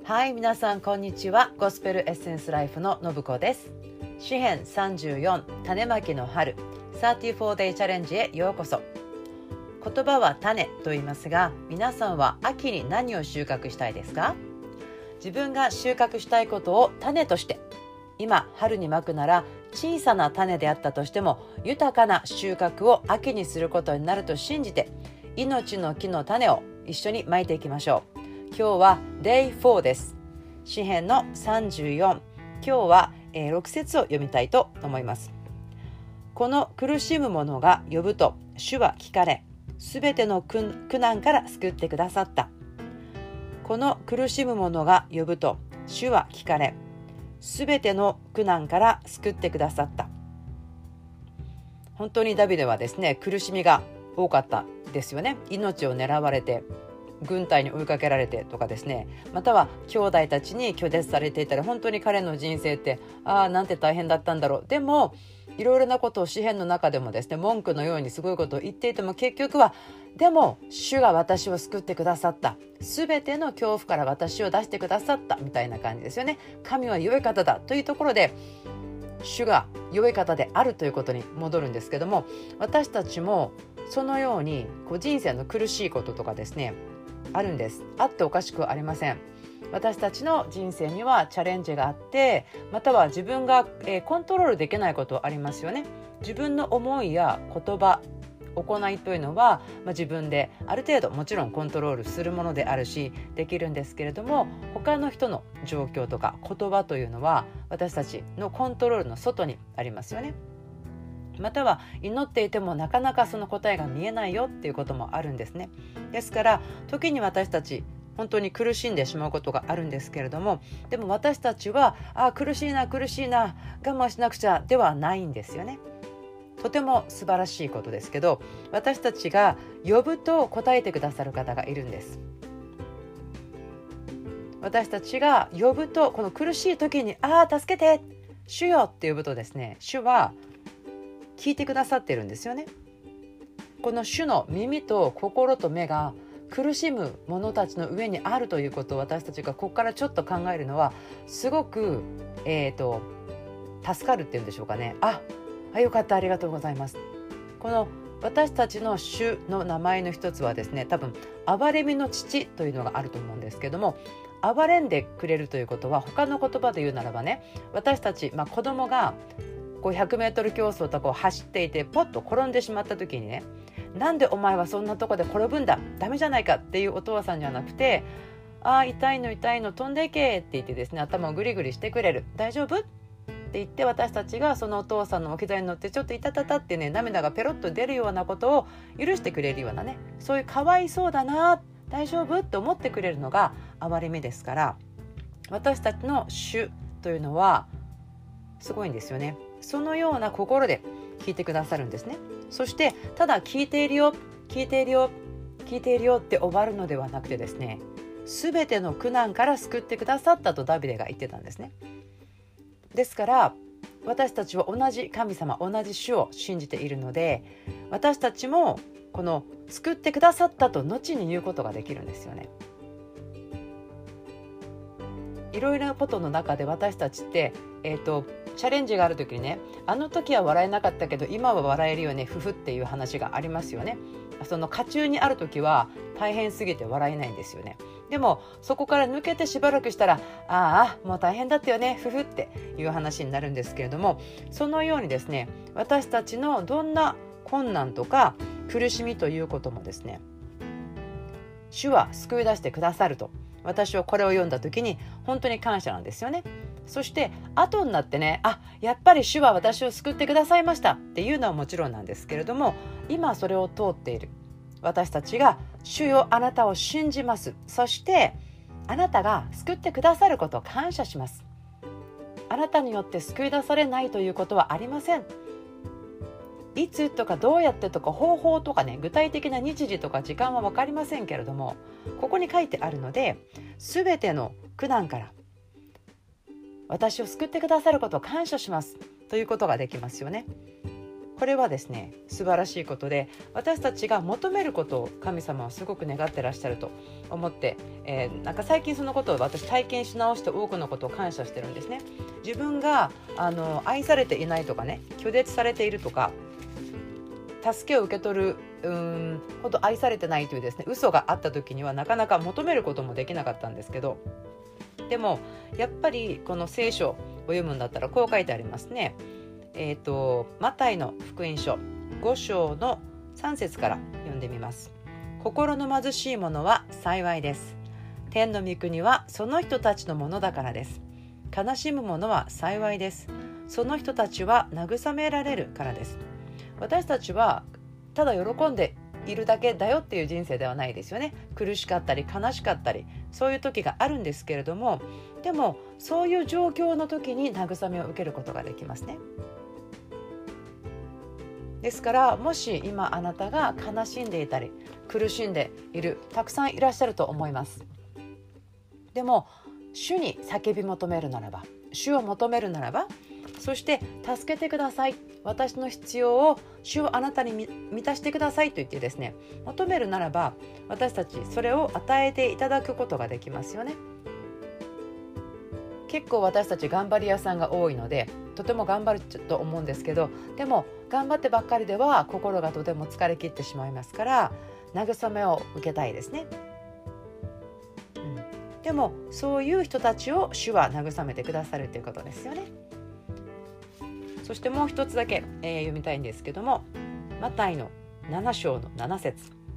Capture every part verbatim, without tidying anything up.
はい、皆さんこんにちは。ゴスペルエッセンスライフの信子です。詩編さんじゅうよん、種まきの春 さんじゅうよん デイチャレンジへようこそ。言葉は種と言いますが、皆さんは秋に何を収穫したいですか？自分が収穫したいことを種として、今春にまくなら小さな種であったとしても豊かな収穫を秋にすることになると信じて、命の木の種を一緒にまいていきましょう。今日は デイフォー です。詩編のさんじゅうよん、今日は、えー、ろく節を読みたいと思います。この苦しむ者が呼ぶと主は聞かれ、すべての苦難から救ってくださった。この苦しむ者が呼ぶと主は聞かれ、すべての苦難から救ってくださった。本当にダビデはですね、苦しみが多かったですよね。命を狙われて、軍隊に追いかけられてとかですね、または兄弟たちに拒絶されていたら、本当に彼の人生ってああなんて大変だったんだろう。でもいろいろなことを詩編の中でもですね、文句のようにすごいことを言っていても、結局はでも主が私を救ってくださった、すべての恐怖から私を出してくださったみたいな感じですよね。神は良い方だというところで、主が良い方であるということに戻るんですけども、私たちもそのようにこう人生の苦しいこととかですねあるんです。あっておかしくはありません。私たちの人生にはチャレンジがあって、または自分が、えー、コントロールできないことありますよね。自分の思いや言葉、行いというのは、まあ、自分である程度もちろんコントロールするものであるしできるんですけれども、他の人の状況とか言葉というのは私たちのコントロールの外にありますよね。または祈っていてもなかなかその答えが見えないよっていうこともあるんですね。ですから時に私たち本当に苦しんでしまうことがあるんですけれども、でも私たちはあ苦しいな苦しいな我慢しなくちゃではないんですよね。とても素晴らしいことですけど、私たちが呼ぶと答えてくださる方がいるんです。私たちが呼ぶと、この苦しい時にああ助けて主よって呼ぶとですね、主は聞いてくださってるんですよね。この主の耳と心と目が苦しむ者たちの上にあるということを、私たちがここからちょっと考えるのはすごく、えーと、助かるっていうんでしょうかね。ああよかった、ありがとうございます。この私たちの主の名前の一つはですね、多分憐れみの父というのがあると思うんですけども、憐れんでくれるということは、他の言葉で言うならばね、私たち、まあ、子供がこうひゃくメートル競争とかを走っていてポッと転んでしまった時にね、なんでお前はそんなとこで転ぶんだ、ダメじゃないかっていうお父さんじゃなくて、ああ痛いの痛いの飛んでいけって言ってですね、頭をグリグリしてくれる、大丈夫って言って、私たちがそのお父さんのお膝に乗ってちょっといたたたってね、涙がペロッと出るようなことを許してくれるようなね、そういうかわいそうだな大丈夫って思ってくれるのが憐れみですから、私たちの主というのはすごいんですよね。そのような心で聞いてくださるんですね。そしてただ聞いているよ聞いているよ聞いているよって終わるのではなくてですね、すべての苦難から救ってくださったとダビデが言ってたんですね。ですから私たちは同じ神様、同じ主を信じているので、私たちもこの救ってくださったと後に言うことができるんですよね。いろいろなことの中で私たちって、えーと、チャレンジがある時にね、あの時は笑えなかったけど今は笑えるよね、ふふっていう話がありますよね。その渦中にある時は大変すぎて笑えないんですよね。でもそこから抜けてしばらくしたら、ああもう大変だったよね、ふふっていう話になるんですけれども、そのようにですね、私たちのどんな困難とか苦しみということもですね、主は救い出してくださると、私はこれを読んだ時に本当に感謝なんですよね。そして後になってね、あやっぱり主は私を救ってくださいましたっていうのはもちろんなんですけれども、今それを通っている私たちが、主よあなたを信じます、そしてあなたが救ってくださることを感謝します、あなたによって救い出されないということはありません、いつとかどうやってとか方法とかね、具体的な日時とか時間は分かりませんけれども、ここに書いてあるので、すべての苦難から私を救ってくださることを感謝しますということができますよね。ここれはですね素晴らしいことで、私たちが求めることを神様はすごく願ってらっしゃると思って、えー、なんか最近そのことを私体験し直して多くのことを感謝してるんですね。自分があの愛されていないとかね、拒絶されているとか、助けを受け取るうーんほど愛されてないというですね嘘があった時にはなかなか求めることもできなかったんですけど、でもやっぱりこの聖書を読むんだったらこう書いてありますね。えーと、マタイの福音書ご章のさん節から読んでみます。心の貧しい者は幸いです。天の御国はその人たちのものだからです。悲しむ者は幸いです。その人たちは慰められるからです。私たちはただ喜んでいるだけだよっていう人生ではないですよね。苦しかったり悲しかったりそういう時があるんですけれども、でもそういう状況の時に慰めを受けることができますね。ですからもし今あなたが悲しんでいたり苦しんでいるたくさんいらっしゃると思います。でも主に叫び求めるならば、主を求めるならば、そして助けてください、私の必要を主をあなたに満たしてくださいと言ってですね求めるならば、私たちそれを与えていただくことができますよね。結構私たち頑張り屋さんが多いのでとても頑張ると思うんですけど、でも頑張ってばっかりでは心がとても疲れ切ってしまいますから、慰めを受けたいですね、うん、でもそういう人たちを主は慰めてくださるということですよね。そしてもう一つだけ、えー、読みたいんですけども、マタイのなな章のなな節、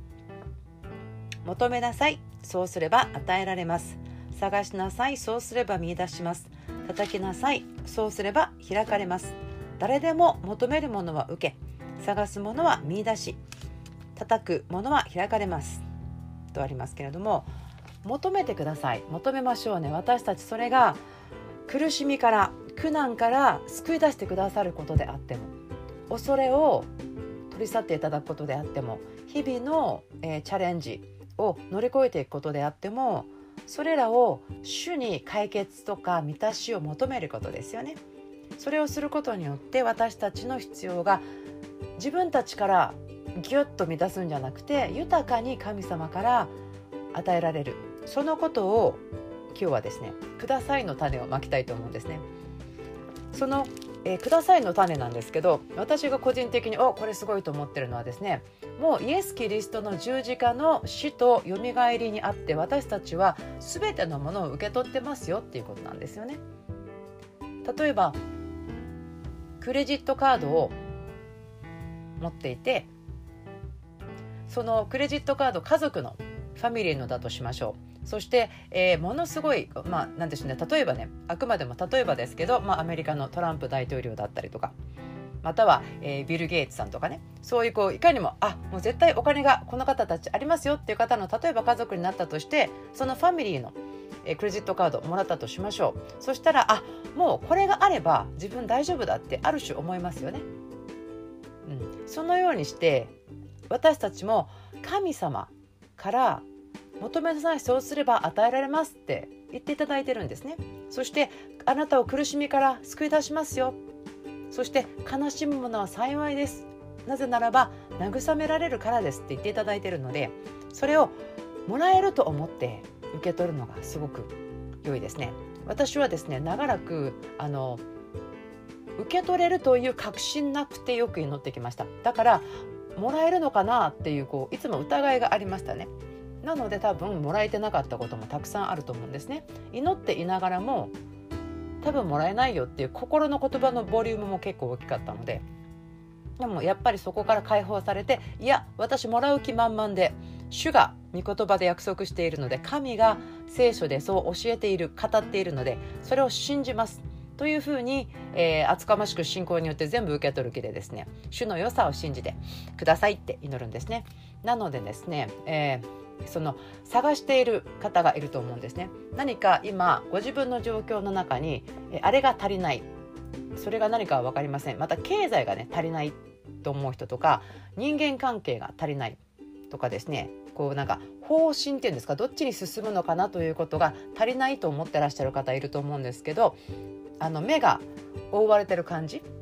求めなさい、そうすれば与えられます。探しなさい、そうすれば見出します。叩きなさい、そうすれば開かれます。誰でも求めるものは受け、探すものは見出し、叩くものは開かれますとありますけれども、求めてください、求めましょうね。私たちそれが苦しみから苦難から救い出してくださることであっても、恐れを取り去っていただくことであっても、日々の、えー、チャレンジを乗り越えていくことであっても、それらを主に解決とか満たしを求めることですよね。それをすることによって私たちの必要が自分たちからギュッと満たすんじゃなくて、豊かに神様から与えられる、そのことを今日はですねくださいの種をまきたいと思うんですね。その、えー、くださいの種なんですけど、私が個人的におこれすごいと思ってるのはですね、もうイエス・キリストの十字架の死とよみがえりにあって私たちは全てのものを受け取ってますよっていうことなんですよね。例えばクレジットカードを持っていて、そのクレジットカード家族のファミリーのだとしましょう。そして、えー、ものすごい、まあ、なんでしょうね、例えばね、あくまでも例えばですけど、まあ、アメリカのトランプ大統領だったりとか、または、えー、ビル・ゲイツさんとかね、そういうこういかにもあもう絶対お金がこの方たちありますよっていう方の例えば家族になったとして、そのファミリーの、えー、クレジットカードをもらったとしましょう。そしたらあもうこれがあれば自分大丈夫だってある種思いますよね、うん、そのようにして私たちも神様から求めなさい、そうすれば与えられますって言っていただいてるんですね。そしてあなたを苦しみから救い出しますよ、そして悲しむ者は幸いです、なぜならば慰められるからですって言っていただいているので、それをもらえると思って受け取るのがすごく良いですね。私はですね長らくあの受け取れるという確信なくてよく祈ってきました。だからもらえるのかなっていう、こういつも疑いがありましたね。なので多分もらえてなかったこともたくさんあると思うんですね。祈っていながらも多分もらえないよっていう心の言葉のボリュームも結構大きかったので、でもやっぱりそこから解放されて、いや私もらう気満々で、主が御言葉で約束しているので、神が聖書でそう教えている語っているのでそれを信じますというふうに、えー、厚かましく信仰によって全部受け取る気でですね、主の良さを信じてくださいって祈るんですね。なのでですね、えーその探している方がいると思うんですね。何か今ご自分の状況の中にえあれが足りない、それが何かは分かりません。また経済がね足りないと思う人とか、人間関係が足りないとかですね、こうなんか方針っていうんですか、どっちに進むのかなということが足りないと思ってらっしゃる方いると思うんですけど、あの目が覆われてる感じ、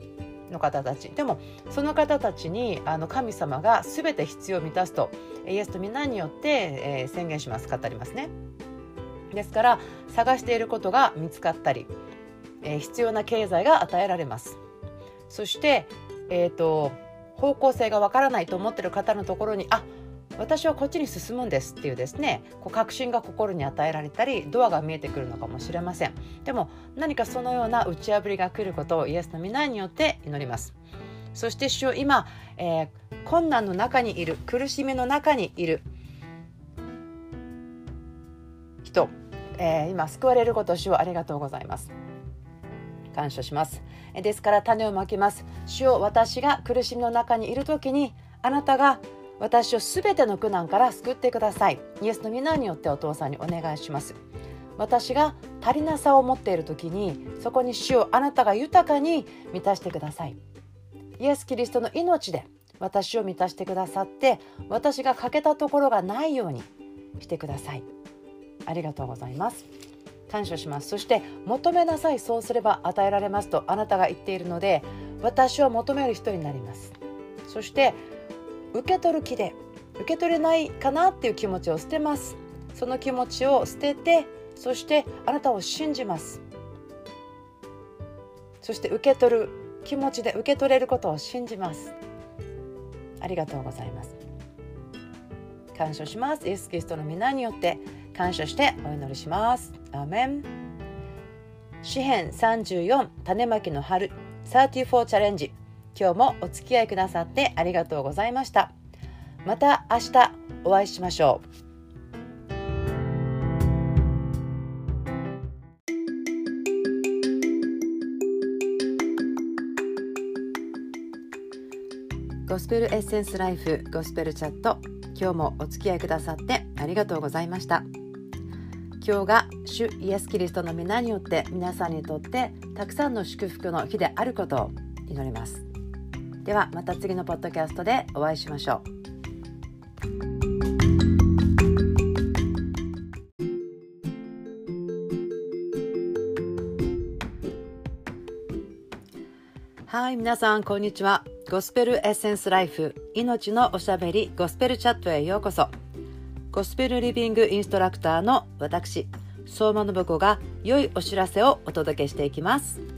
の方たちでも、その方たちにあの神様が全て必要を満たすとイエスと皆によって、えー、宣言します、語りますね。ですから探していることが見つかったり、えー、必要な経済が与えられます。そして、えーと、方向性がわからないと思っている方のところに、あ、私はこっちに進むんですっていうですね、こう確信が心に与えられたり、ドアが見えてくるのかもしれません。でも何かそのような打ち破りが来ることをイエスの皆によって祈ります。そして主よ、今、えー、困難の中にいる、苦しみの中にいる人、えー、今救われることを主をありがとうございます。感謝します。ですから種をまきます。主よ、私が苦しみの中にいるときに、あなたが私をすべての苦難から救ってください。イエスの皆によってお父さんにお願いします。私が足りなさを持っているときに、そこに主をあなたが豊かに満たしてください。イエス・キリストの命で私を満たしてくださって、私が欠けたところがないようにしてください。ありがとうございます。感謝します。そして求めなさい、そうすれば与えられますとあなたが言っているので、私は求める人になります。そして受け取る気で、受け取れないかなっていう気持ちを捨てます。その気持ちを捨てて、そしてあなたを信じます。そして受け取る気持ちで受け取れることを信じます。ありがとうございます。感謝します。イエス・キリストの皆によって感謝してお祈りします。アーメン。詩編さんじゅうよん、種まきの春さんじゅうよんチャレンジ、今日もお付き合いくださってありがとうございました。また明日お会いしましょう。ゴスペルエッセンスライフゴスペルチャット、今日もお付き合いくださってありがとうございました。今日が主イエス・キリストの皆によって皆さんにとってたくさんの祝福の日であることを祈ります。ではまた次のポッドキャストでお会いしましょう。はい、皆さんこんにちは。ゴスペルエッセンスライフ、命のおしゃべりゴスペルチャットへようこそ。ゴスペルリビングインストラクターの私、相馬信子が良いお知らせをお届けしていきます。